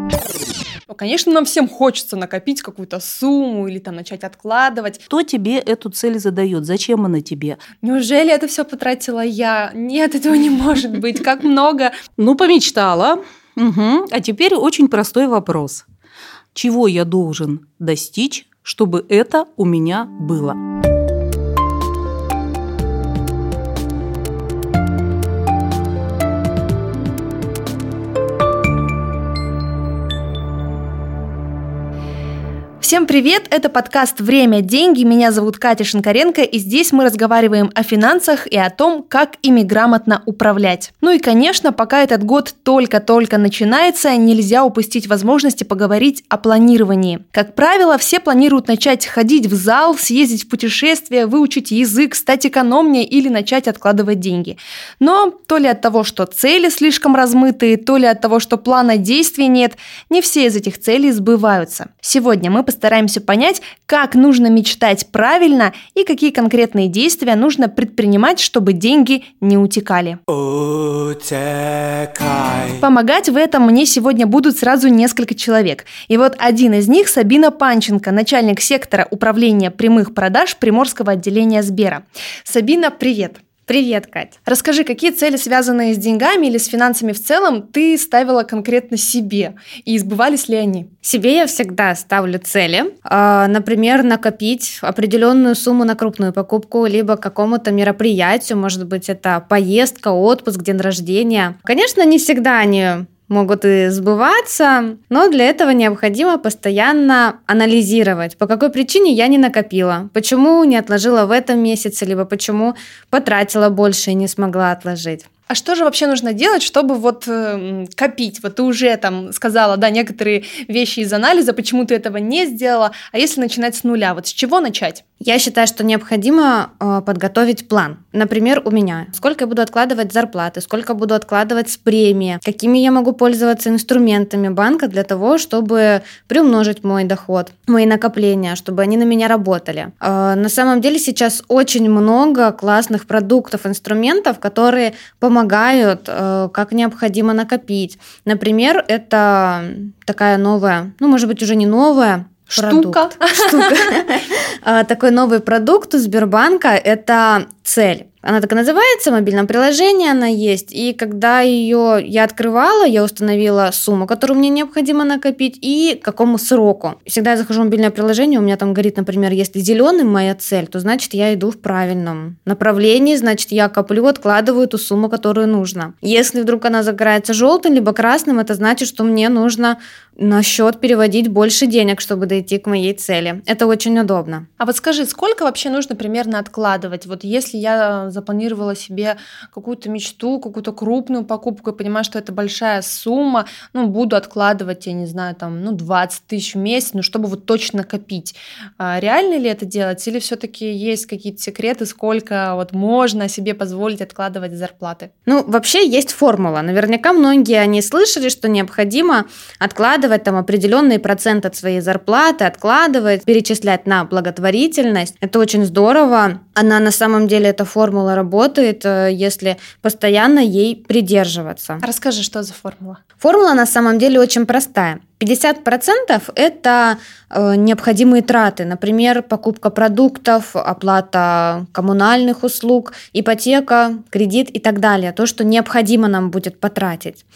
Конечно, нам всем хочется накопить какую-то сумму или там начать откладывать. Кто тебе эту цель задает? Зачем она тебе? Неужели это все потратила я? Нет, этого не может быть. Как много. Помечтала. Угу. А теперь очень простой вопрос. Чего я должен достичь, чтобы это у меня было? Всем привет, это подкаст «Время, деньги», меня зовут Катя Шинкаренко, и здесь мы разговариваем о финансах и о том, как ими грамотно управлять. Ну и, конечно, пока этот год только-только начинается, нельзя упустить возможности поговорить о планировании. Как правило, все планируют начать ходить в зал, съездить в путешествие, выучить язык, стать экономнее или начать откладывать деньги. Но то ли от того, что цели слишком размытые, то ли от того, что плана действий нет, не все из этих целей сбываются. Сегодня мы постараемся понять, как нужно мечтать правильно и какие конкретные действия нужно предпринимать, чтобы деньги не утекали. Помогать в этом мне сегодня будут сразу несколько человек. И вот один из них – Сабина Панченко, начальник сектора управления прямых продаж Приморского отделения Сбера. Сабина, привет! Привет, Кать. Расскажи, какие цели, связанные с деньгами или с финансами в целом, ты ставила конкретно себе, и сбывались ли они? Себе я всегда ставлю цели, например, накопить определенную сумму на крупную покупку, либо к какому-то мероприятию, может быть, это поездка, отпуск, день рождения. Конечно, не всегда они могут и сбываться, но для этого необходимо постоянно анализировать, по какой причине я не накопила, почему не отложила в этом месяце, либо почему потратила больше и не смогла отложить. А что же вообще нужно делать, чтобы копить? Вот ты уже сказала, некоторые вещи из анализа, почему ты этого не сделала, а если начинать с нуля, с чего начать? Я считаю, что необходимо подготовить план. Например, у меня. Сколько я буду откладывать зарплаты, сколько буду откладывать с премии, какими я могу пользоваться инструментами банка для того, чтобы приумножить мой доход, мои накопления, чтобы они на меня работали. На самом деле сейчас очень много классных продуктов, инструментов, которые помогают, как необходимо накопить. Например, это такая новая, может быть, уже не новая, Штука. Такой новый продукт у Сбербанка – это цель. Она так и называется, в мобильном приложении она есть. И когда ее я открывала, я установила сумму, которую мне необходимо накопить, и к какому сроку. Всегда я захожу в мобильное приложение, у меня там горит, например, если зеленым моя цель, то значит я иду в правильном направлении, значит я коплю, откладываю ту сумму, которую нужно. Если вдруг она загорается желтым либо красным, это значит, что мне нужно на счет переводить больше денег, чтобы дойти к моей цели. Это очень удобно. А скажи, сколько вообще нужно примерно откладывать? Если я запланировала себе какую-то мечту, какую-то крупную покупку и понимаю, что это большая сумма, буду откладывать, я не знаю, 20 тысяч в месяц, чтобы точно копить. Реально ли это делать? Или все-таки есть какие-то секреты, сколько можно себе позволить откладывать зарплаты? Вообще есть формула. Наверняка многие они слышали, что необходимо откладывать определенный процент от своей зарплаты, откладывать, перечислять на благотворительность. Это очень здорово. Она на самом деле, эта формула работает, если постоянно ей придерживаться. Расскажи, что за формула? Формула на самом деле очень простая. 50% – это необходимые траты, например, покупка продуктов, оплата коммунальных услуг, ипотека, кредит и так далее, то, что необходимо нам будет потратить.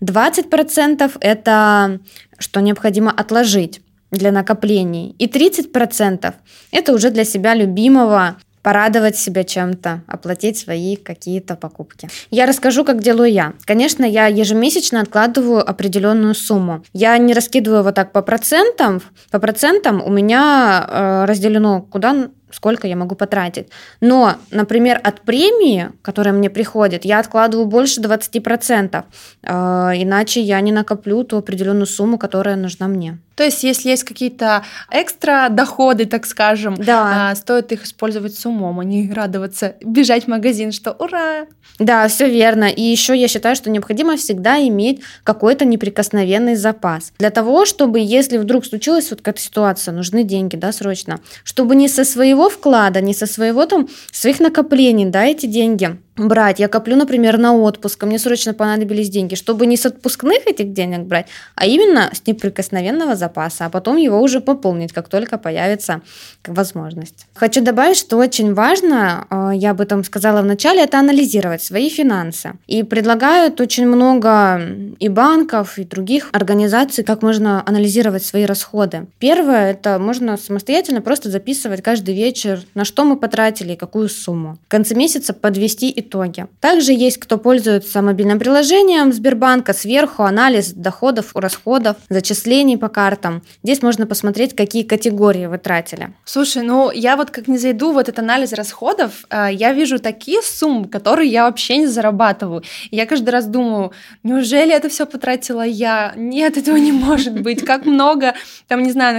20% – это что необходимо отложить для накоплений, и 30% – это уже для себя любимого, порадовать себя чем-то, оплатить свои какие-то покупки. Я расскажу, как делаю я. Конечно, я ежемесячно откладываю определенную сумму. Я не раскидываю по процентам. По процентам у меня разделено, куда сколько я могу потратить. Но, например, от премии, которая мне приходит, я откладываю больше 20%, иначе я не накоплю ту определенную сумму, которая нужна мне. То есть, если есть какие-то экстра доходы, так скажем, да. Стоит их использовать с умом, а не радоваться, бежать в магазин, что ура! Да, все верно. И еще я считаю, что необходимо всегда иметь какой-то неприкосновенный запас. Для того, чтобы, если вдруг случилась какая-то ситуация, нужны деньги, срочно, чтобы не со своего своего вклада, не со своего своих накоплений, да, эти деньги брать. Я коплю, например, на отпуск, а мне срочно понадобились деньги, чтобы не с отпускных этих денег брать, а именно с неприкосновенного запаса, а потом его уже пополнить, как только появится возможность. Хочу добавить, что очень важно, я об этом сказала в начале, это анализировать свои финансы. И предлагают очень много и банков, и других организаций, как можно анализировать свои расходы. Первое, это можно самостоятельно просто записывать каждый вечер, на что мы потратили и какую сумму. В конце месяца подвести итоги. Также есть, кто пользуется мобильным приложением Сбербанка, сверху анализ доходов, расходов, зачислений по картам. Здесь можно посмотреть, какие категории вы тратили. Слушай, я вот как не зайду в этот анализ расходов, я вижу такие суммы, которые я вообще не зарабатываю. И я каждый раз думаю, неужели это все потратила я? Нет, этого не может быть. Как много, не знаю,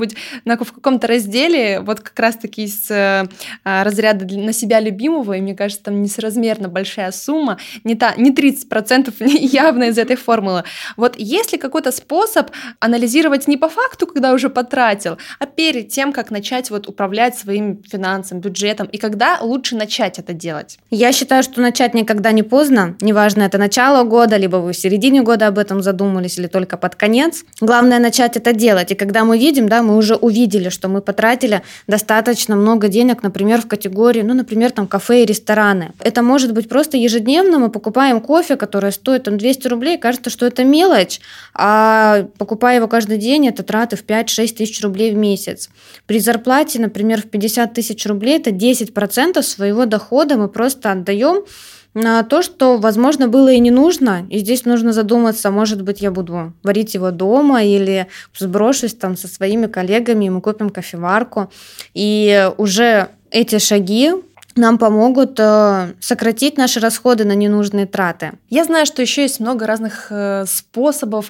в каком-то разделе, вот как раз-таки из разряда на себя любимого, и мне кажется, там несоразмерно большая сумма, не 30% явно из этой формулы. Вот есть ли какой-то способ анализировать не по факту, когда уже потратил, а перед тем, как начать управлять своим финансом, бюджетом, и когда лучше начать это делать? Я считаю, что начать никогда не поздно. Неважно, это начало года, либо вы в середине года об этом задумались, или только под конец. Главное начать это делать. И когда мы видим, мы уже увидели, что мы потратили достаточно много денег, например, в категории, например, кафе и рестораны. Это может быть просто ежедневно. Мы покупаем кофе, который стоит 200 рублей. Кажется, что это мелочь, а покупая его каждый день, это траты в 5-6 тысяч рублей в месяц. При зарплате, например, в 50 тысяч рублей, это 10% своего дохода мы просто отдаем на то, что, возможно, было и не нужно. И здесь нужно задуматься, может быть, я буду варить его дома или сброшусь со своими коллегами, и мы купим кофеварку. И уже эти шаги нам помогут сократить наши расходы на ненужные траты. Я знаю, что еще есть много разных способов,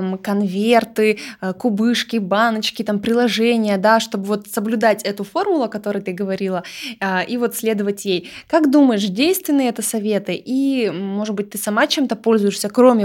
конверты, кубышки, баночки, приложения, чтобы соблюдать эту формулу, о которой ты говорила, и следовать ей. Как думаешь, действенные это советы? И, может быть, ты сама чем-то пользуешься, кроме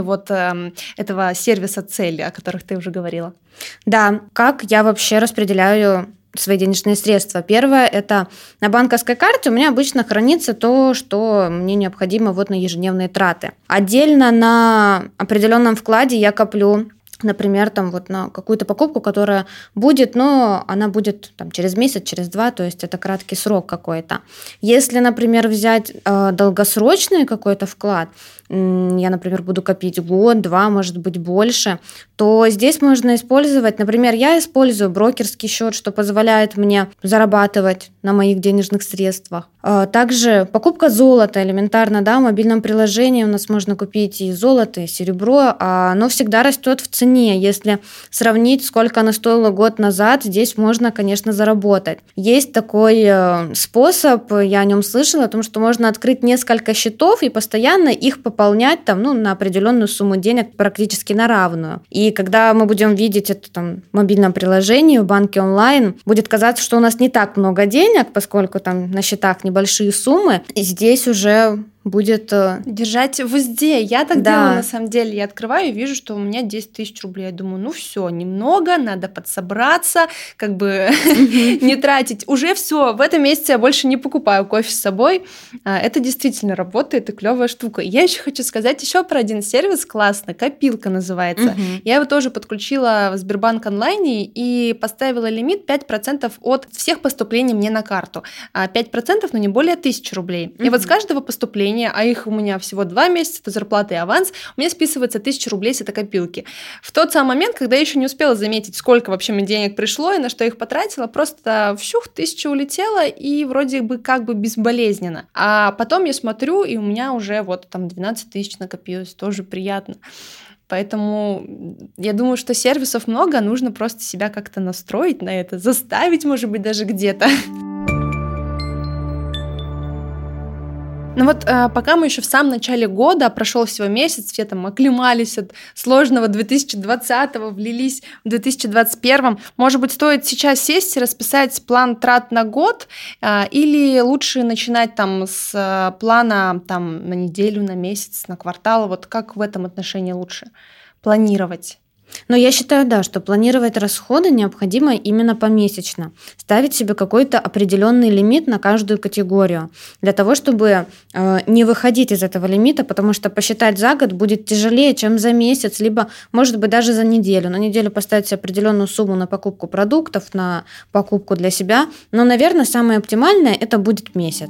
этого сервиса цели, о которых ты уже говорила? Да, как я вообще распределяю свои денежные средства. Первое – это на банковской карте у меня обычно хранится то, что мне необходимо на ежедневные траты. Отдельно на определенном вкладе я коплю, например, на какую-то покупку, которая будет, но она будет через месяц, через 2, то есть это краткий срок какой-то. Если, например, взять долгосрочный какой-то вклад, я, например, буду копить год, 2, может быть, больше, то здесь можно использовать, например, я использую брокерский счет, что позволяет мне зарабатывать на моих денежных средствах. Также покупка золота элементарно, в мобильном приложении у нас можно купить и золото, и серебро, а оно всегда растет в цене. Если сравнить, сколько оно стоило год назад, здесь можно, конечно, заработать. Есть такой способ, я о нем слышала, о том, что можно открыть несколько счетов и постоянно их пополнять на определенную сумму денег, практически на равную. И когда мы будем видеть это в мобильном приложении, в банке онлайн, будет казаться, что у нас не так много денег, поскольку на счетах небольшие суммы, и здесь уже будет держать в узде. Я так делаю, на самом деле. Я открываю и вижу, что у меня 10 тысяч рублей. Я думаю, все, немного, надо подсобраться, не тратить. Уже все, в этом месяце я больше не покупаю кофе с собой. Это действительно работает и клевая штука. Я еще хочу сказать еще про один сервис классный, Копилка называется. Я его тоже подключила в Сбербанк онлайне и поставила лимит 5% от всех поступлений мне на карту. 5%, но не более 1000 рублей. И с каждого поступления, а их у меня всего 2 месяца, это зарплата и аванс, у меня списывается 1000 рублей с этой копилки. В тот самый момент, когда я еще не успела заметить, сколько вообще мне денег пришло и на что их потратила, просто 1000 улетела и вроде бы безболезненно. А потом я смотрю, и у меня уже 12 тысяч накопилось, тоже приятно. Поэтому я думаю, что сервисов много, нужно просто себя как-то настроить на это, заставить, может быть, даже где-то. Пока мы еще в самом начале года, прошел всего месяц, все оклемались от сложного 2020-го, влились в 2021-м. Может быть, стоит сейчас сесть и расписать план трат на год, или лучше начинать с плана на неделю, на месяц, на квартал? Как в этом отношении лучше планировать? Но я считаю, да, что планировать расходы необходимо именно помесячно. Ставить себе какой-то определенный лимит на каждую категорию, для того, чтобы не выходить из этого лимита, потому что посчитать за год будет тяжелее, чем за месяц, либо, может быть, даже за неделю. На неделю поставить себе определенную сумму на покупку продуктов, на покупку для себя. Но, наверное, самое оптимальное – это будет месяц.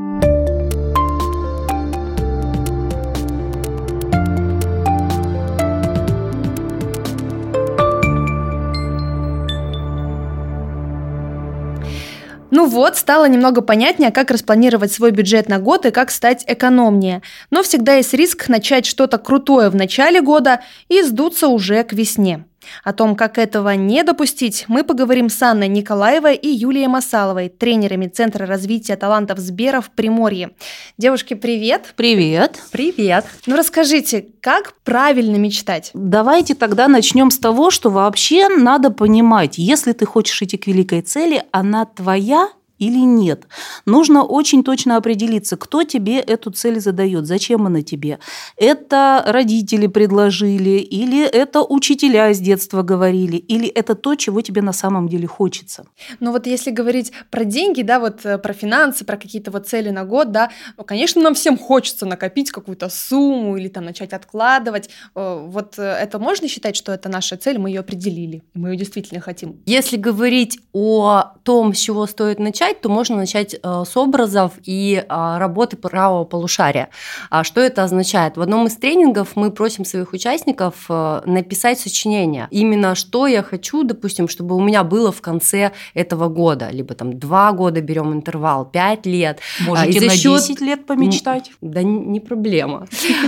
Ну вот, стало немного понятнее, как распланировать свой бюджет на год и как стать экономнее. Но всегда есть риск начать что-то крутое в начале года и сдуться уже к весне. О том, как этого не допустить, мы поговорим с Анной Николаевой и Юлией Масаловой, тренерами Центра развития талантов Сбера в Приморье. Девушки, привет! Привет! Привет! Ну расскажите, как правильно мечтать? Давайте тогда начнем с того, что вообще надо понимать, если ты хочешь идти к великой цели, она твоя или нет. Нужно очень точно определиться, кто тебе эту цель задает, зачем она тебе. Это родители предложили, или это учителя с детства говорили, или это то, чего тебе на самом деле хочется. Ну вот если говорить про деньги, да, вот про финансы, про какие-то вот цели на год, да, конечно, нам всем хочется накопить какую-то сумму или там начать откладывать. Вот это можно считать, что это наша цель, мы ее определили, мы ее действительно хотим? Если говорить о том, с чего стоит начать, то можно начать с образов и работы правого полушария. Что это означает? В одном из тренингов мы просим своих участников написать сочинение. Именно что я хочу, допустим, чтобы у меня было в конце этого года. Либо там 2 года берем интервал, 5 лет. Можете на 10 лет помечтать. Да не проблема.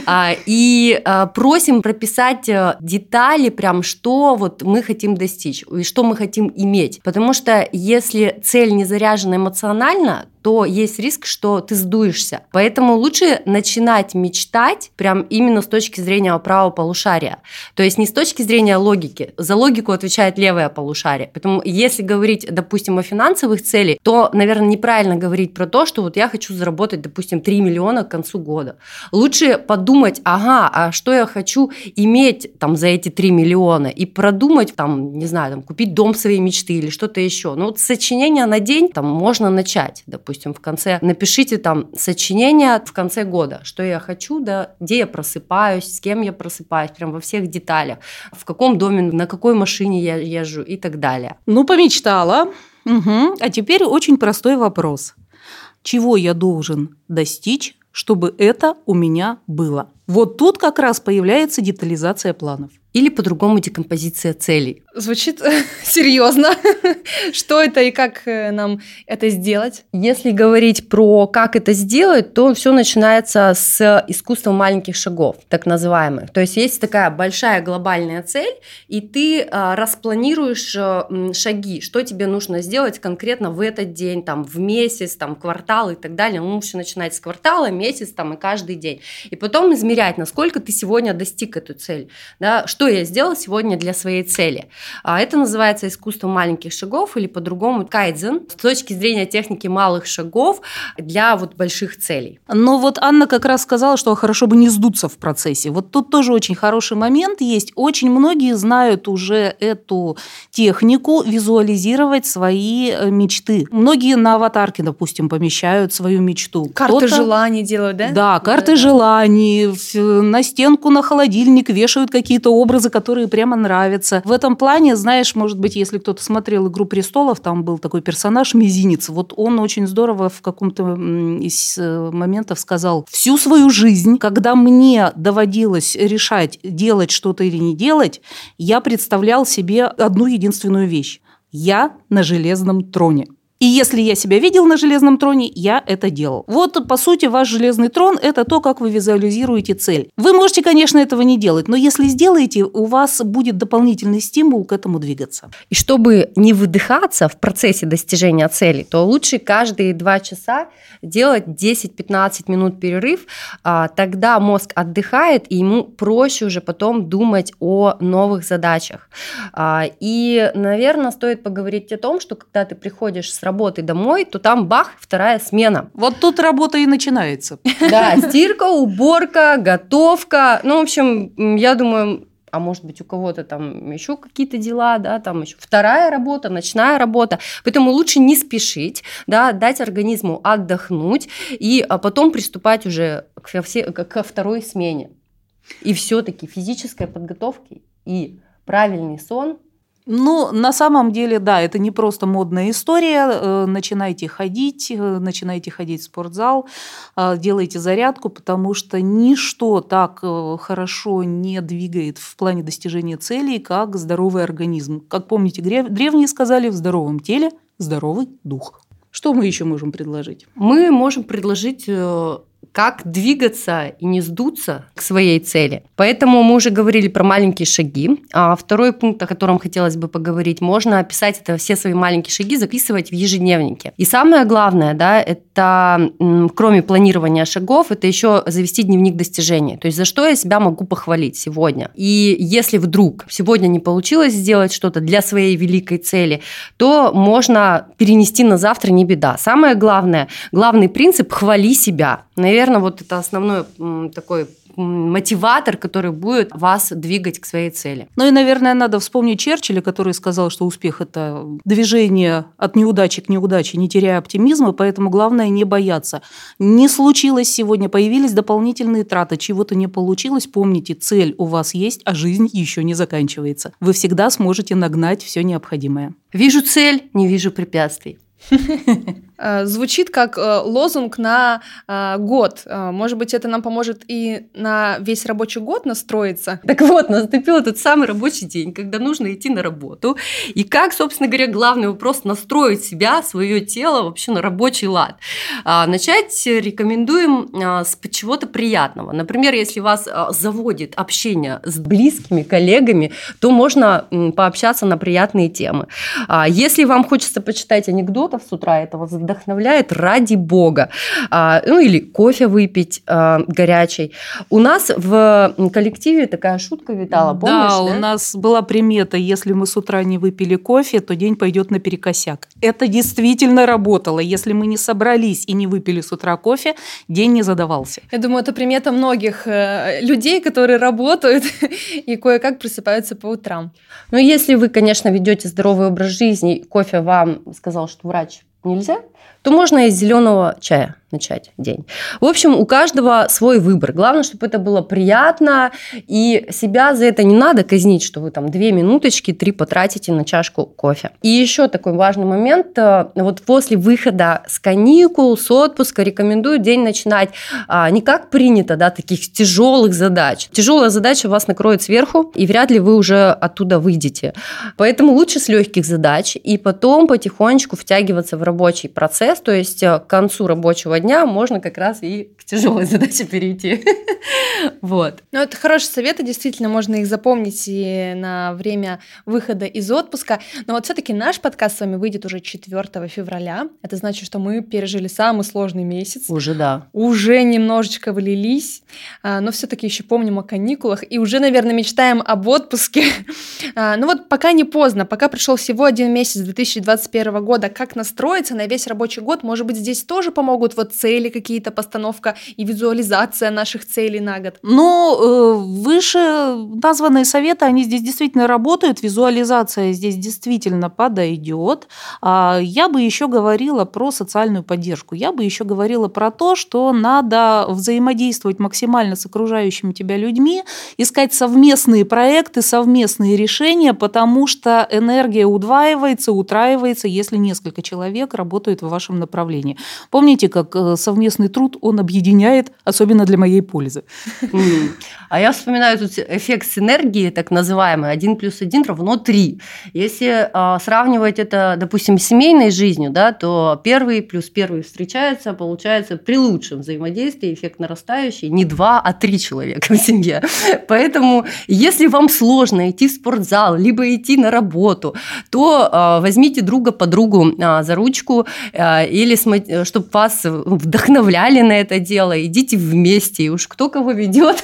И просим прописать детали, прям что вот мы хотим достичь, и что мы хотим иметь. Потому что если цель не заряжена эмоционально, то есть риск, что ты сдуешься. Поэтому лучше начинать мечтать прям именно с точки зрения правого полушария. То есть не с точки зрения логики. За логику отвечает левое полушарие. Поэтому если говорить, допустим, о финансовых целях, то, наверное, неправильно говорить про то, что вот я хочу заработать, допустим, 3 миллиона к концу года. Лучше подумать, а что я хочу иметь там за эти 3 миллиона и продумать, там, не знаю, там, купить дом своей мечты или что-то еще. Ну вот сочинение на день там можно начать, допустим, в конце. Напишите там сочинение в конце года, что я хочу, да, где я просыпаюсь, с кем я просыпаюсь, прям во всех деталях, в каком доме, на какой машине я езжу и так далее. Ну, помечтала. Угу. А теперь очень простой вопрос. Чего я должен достичь, чтобы это у меня было? Вот тут как раз появляется детализация планов. Или по-другому декомпозиция целей. Звучит серьезно. Что это и как нам это сделать? Если говорить про как это сделать, то все начинается с искусства маленьких шагов, так называемых. То есть есть такая большая глобальная цель, и ты распланируешь шаги, что тебе нужно сделать конкретно в этот день, там, в месяц, там, квартал и так далее. Ну, все начинать с квартала, месяц там, и каждый день. И потом измерять, насколько ты сегодня достиг эту цель, да, что я сделал сегодня для своей цели. Это называется искусство маленьких шагов или по-другому кайдзен с точки зрения техники малых шагов для вот больших целей. Но вот Анна как раз сказала, что хорошо бы не сдуться в процессе. Вот тут тоже очень хороший момент есть. Очень многие знают уже эту технику визуализировать свои мечты. Многие на аватарке, допустим, помещают свою мечту. Карты желаний делают, да? Да, карты желаний. На стенку, на холодильник вешают какие-то образы, которые прямо нравятся. В этом плане, знаешь, может быть, если кто-то смотрел «Игру престолов», там был такой персонаж Мизинец. Вот он очень здорово в каком-то из моментов сказал: всю свою жизнь, когда мне доводилось решать, делать что-то или не делать, я представлял себе одну единственную вещь. Я на железном троне. И если я себя видел на железном троне, я это делал. Вот, по сути, ваш железный трон – это то, как вы визуализируете цель. Вы можете, конечно, этого не делать, но если сделаете, у вас будет дополнительный стимул к этому двигаться. И чтобы не выдыхаться в процессе достижения цели, то лучше каждые 2 часа делать 10-15 минут перерыв. Тогда мозг отдыхает, и ему проще уже потом думать о новых задачах. И, наверное, стоит поговорить о том, что когда ты приходишь с работы домой, то там бах, 2-я смена. Вот тут работа и начинается. Да, стирка, уборка, готовка. Ну, в общем, я думаю, а может быть у кого-то там еще какие-то дела, да, там еще вторая работа, ночная работа. Поэтому лучше не спешить, да, дать организму отдохнуть и потом приступать уже ко второй смене. И все-таки физическая подготовка и правильный сон. Ну, на самом деле, да, это не просто модная история. Начинайте ходить в спортзал, делайте зарядку, потому что ничто так хорошо не двигает в плане достижения целей, как здоровый организм. Как помните, древние сказали, в здоровом теле здоровый дух. Что мы еще можем предложить? Мы можем предложить, как двигаться и не сдуться к своей цели. Поэтому мы уже говорили про маленькие шаги. А второй пункт, о котором хотелось бы поговорить, можно описать это все свои маленькие шаги, записывать в ежедневнике. И самое главное, да, это кроме планирования шагов, это еще завести дневник достижений. То есть за что я себя могу похвалить сегодня. И если вдруг сегодня не получилось сделать что-то для своей великой цели, то можно перенести на завтра, не беда. Самое главное, главный принцип – хвали себя. Наверное, вот это основной такой мотиватор, который будет вас двигать к своей цели. Ну и, наверное, надо вспомнить Черчилля, который сказал, что успех – это движение от неудачи к неудаче, не теряя оптимизма, поэтому главное не бояться. Не случилось сегодня, появились дополнительные траты, чего-то не получилось, помните, цель у вас есть, а жизнь еще не заканчивается. Вы всегда сможете нагнать все необходимое. Вижу цель, не вижу препятствий. Звучит как лозунг на год. Может быть, это нам поможет и на весь рабочий год настроиться? Так вот, наступил этот самый рабочий день, когда нужно идти на работу. И как, собственно говоря, главный вопрос – настроить себя, свое тело вообще на рабочий лад. Начать рекомендуем с чего-то приятного. Например, если вас заводит общение с близкими, коллегами, то можно пообщаться на приятные темы. Если вам хочется почитать анекдотов с утра, это вас вдохновляет, ради бога. Ну или кофе выпить горячий. У нас в коллективе такая шутка витала, помнишь? Да, у нас была примета, если мы с утра не выпили кофе, то день пойдет наперекосяк. Это действительно работало. Если мы не собрались и не выпили с утра кофе, день не задавался. Я думаю, это примета многих людей, которые работают и кое-как просыпаются по утрам. Ну, если вы, конечно, ведете здоровый образ жизни, кофе вам сказал, что врач нельзя, то можно из зеленого чая начать день. В общем, у каждого свой выбор. Главное, чтобы это было приятно, и себя за это не надо казнить, что вы там 2 минуточки, 3 потратите на чашку кофе. И еще такой важный момент. Вот после выхода с каникул, с отпуска рекомендую день начинать не как принято, да, таких тяжелых задач. Тяжелая задача вас накроет сверху, и вряд ли вы уже оттуда выйдете. Поэтому лучше с легких задач, и потом потихонечку втягиваться в рабочий процесс, то есть к концу рабочего дня можно как раз и к тяжелой задаче перейти. Вот. Ну, это хорошие советы, действительно, можно их запомнить и на время выхода из отпуска. Но вот все-таки наш подкаст с вами выйдет уже 4 февраля. Это значит, что мы пережили самый сложный месяц. Уже, да. Уже немножечко влились, но все-таки еще помним о каникулах и уже, наверное, мечтаем об отпуске. Ну вот пока не поздно, пока пришел всего 1 месяц 2021 года, как настроиться на весь рабочий год? Может быть, здесь тоже помогут вот цели какие-то, постановка и визуализация наших целей на год? Ну, выше названные советы, они здесь действительно работают, визуализация здесь действительно подойдет. Я бы еще говорила про социальную поддержку. Я бы еще говорила про то, что надо взаимодействовать максимально с окружающими тебя людьми, искать совместные проекты, совместные решения, потому что энергия удваивается, утраивается, если несколько человек работают в вашем направлении. Помните, как совместный труд, он объединяет, особенно для моей пользы. А я вспоминаю тут эффект синергии, так называемый, 1 + 1 = 3. Если сравнивать это, допустим, с семейной жизнью, да, то 1 + 1 встречаются, получается, при лучшем взаимодействии эффект нарастающий, не 2, а 3 человека в семье. Поэтому, если вам сложно идти в спортзал, либо идти на работу, то возьмите друга подругу за ручку, или чтобы вдохновляли на это дело, идите вместе, и уж кто кого ведет,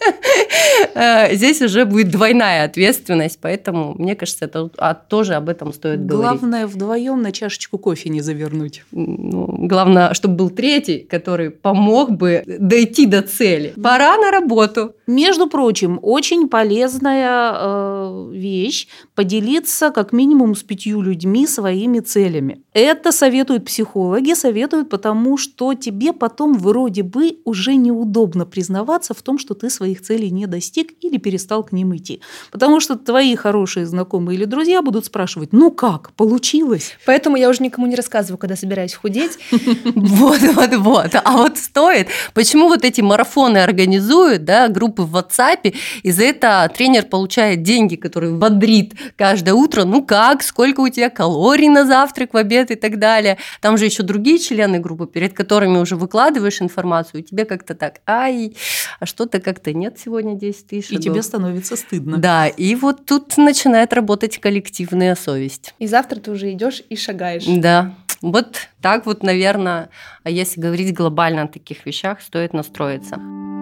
здесь уже будет двойная ответственность, поэтому, мне кажется, это тоже об этом стоит говорить. Главное, вдвоем на чашечку кофе не завернуть. Главное, чтобы был третий, который помог бы дойти до цели. Пора на работу. Между прочим, очень полезная вещь – поделиться как минимум с 5 людьми своими целями. Это советуют психологи, советуют, потому что тебе потом вроде бы уже неудобно признаваться в том, что ты своих целей не достиг или перестал к ним идти. Потому что твои хорошие знакомые или друзья будут спрашивать, ну как, получилось? Поэтому я уже никому не рассказываю, когда собираюсь худеть. Вот. А вот стоит. Почему вот эти марафоны организуют, да, группы в WhatsApp, и за это тренер получает деньги, которые бодрит каждое утро. Ну как, сколько у тебя калорий на завтрак, в обед и так далее. Там же еще другие члены группы, перед которыми уже выкладываешь информацию, и тебе как-то так, а что-то как-то нет сегодня 10 тысяч. И тебе становится стыдно. Да, и вот тут начинает работать коллективная совесть. И завтра ты уже идешь и шагаешь. Да. Вот так вот, наверное, если говорить глобально о таких вещах, стоит настроиться.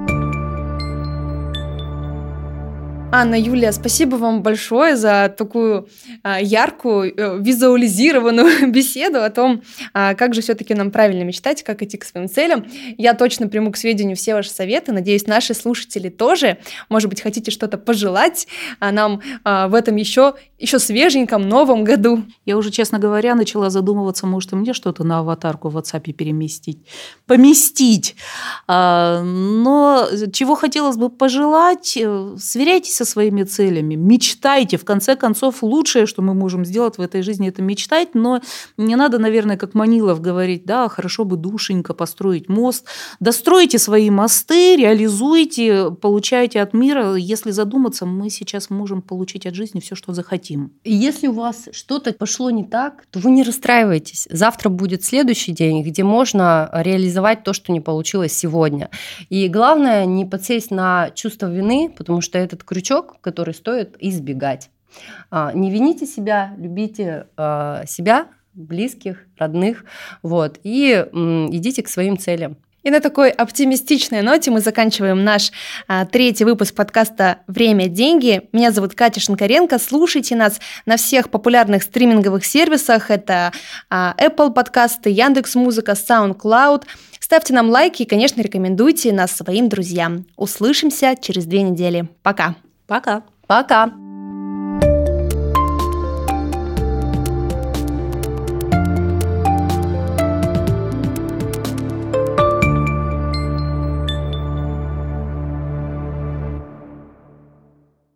Анна, Юлия, спасибо вам большое за такую яркую, визуализированную беседу о том, как же все-таки нам правильно мечтать, как идти к своим целям. Я точно приму к сведению все ваши советы. Надеюсь, наши слушатели тоже. Может быть, хотите что-то пожелать нам в этом еще свеженьком новом году. Я уже, честно говоря, начала задумываться, может, и мне что-то на аватарку в WhatsApp поместить. Но чего хотелось бы пожелать, сверяйтесь со своими целями, мечтайте. В конце концов, лучшее, что мы можем сделать в этой жизни, это мечтать, но не надо, наверное, как Манилов говорить, да, хорошо бы душенька построить мост. Достройте свои мосты, реализуйте, получайте от мира. Если задуматься, мы сейчас можем получить от жизни все, что захотим. И если у вас что-то пошло не так, то вы не расстраивайтесь. Завтра будет следующий день, где можно реализовать то, что не получилось сегодня. И главное, не подсесть на чувство вины, потому что этот крючок, который стоит избегать. Не вините себя, любите себя, близких, родных, вот, и идите к своим целям. И на такой оптимистичной ноте мы заканчиваем наш 3-й выпуск подкаста «Время – деньги». Меня зовут Катя Шинкаренко. Слушайте нас на всех популярных стриминговых сервисах. Это Apple подкасты, Яндекс.Музыка, SoundCloud. Ставьте нам лайки и, конечно, рекомендуйте нас своим друзьям. Услышимся через 2 недели. Пока. Пока. Пока.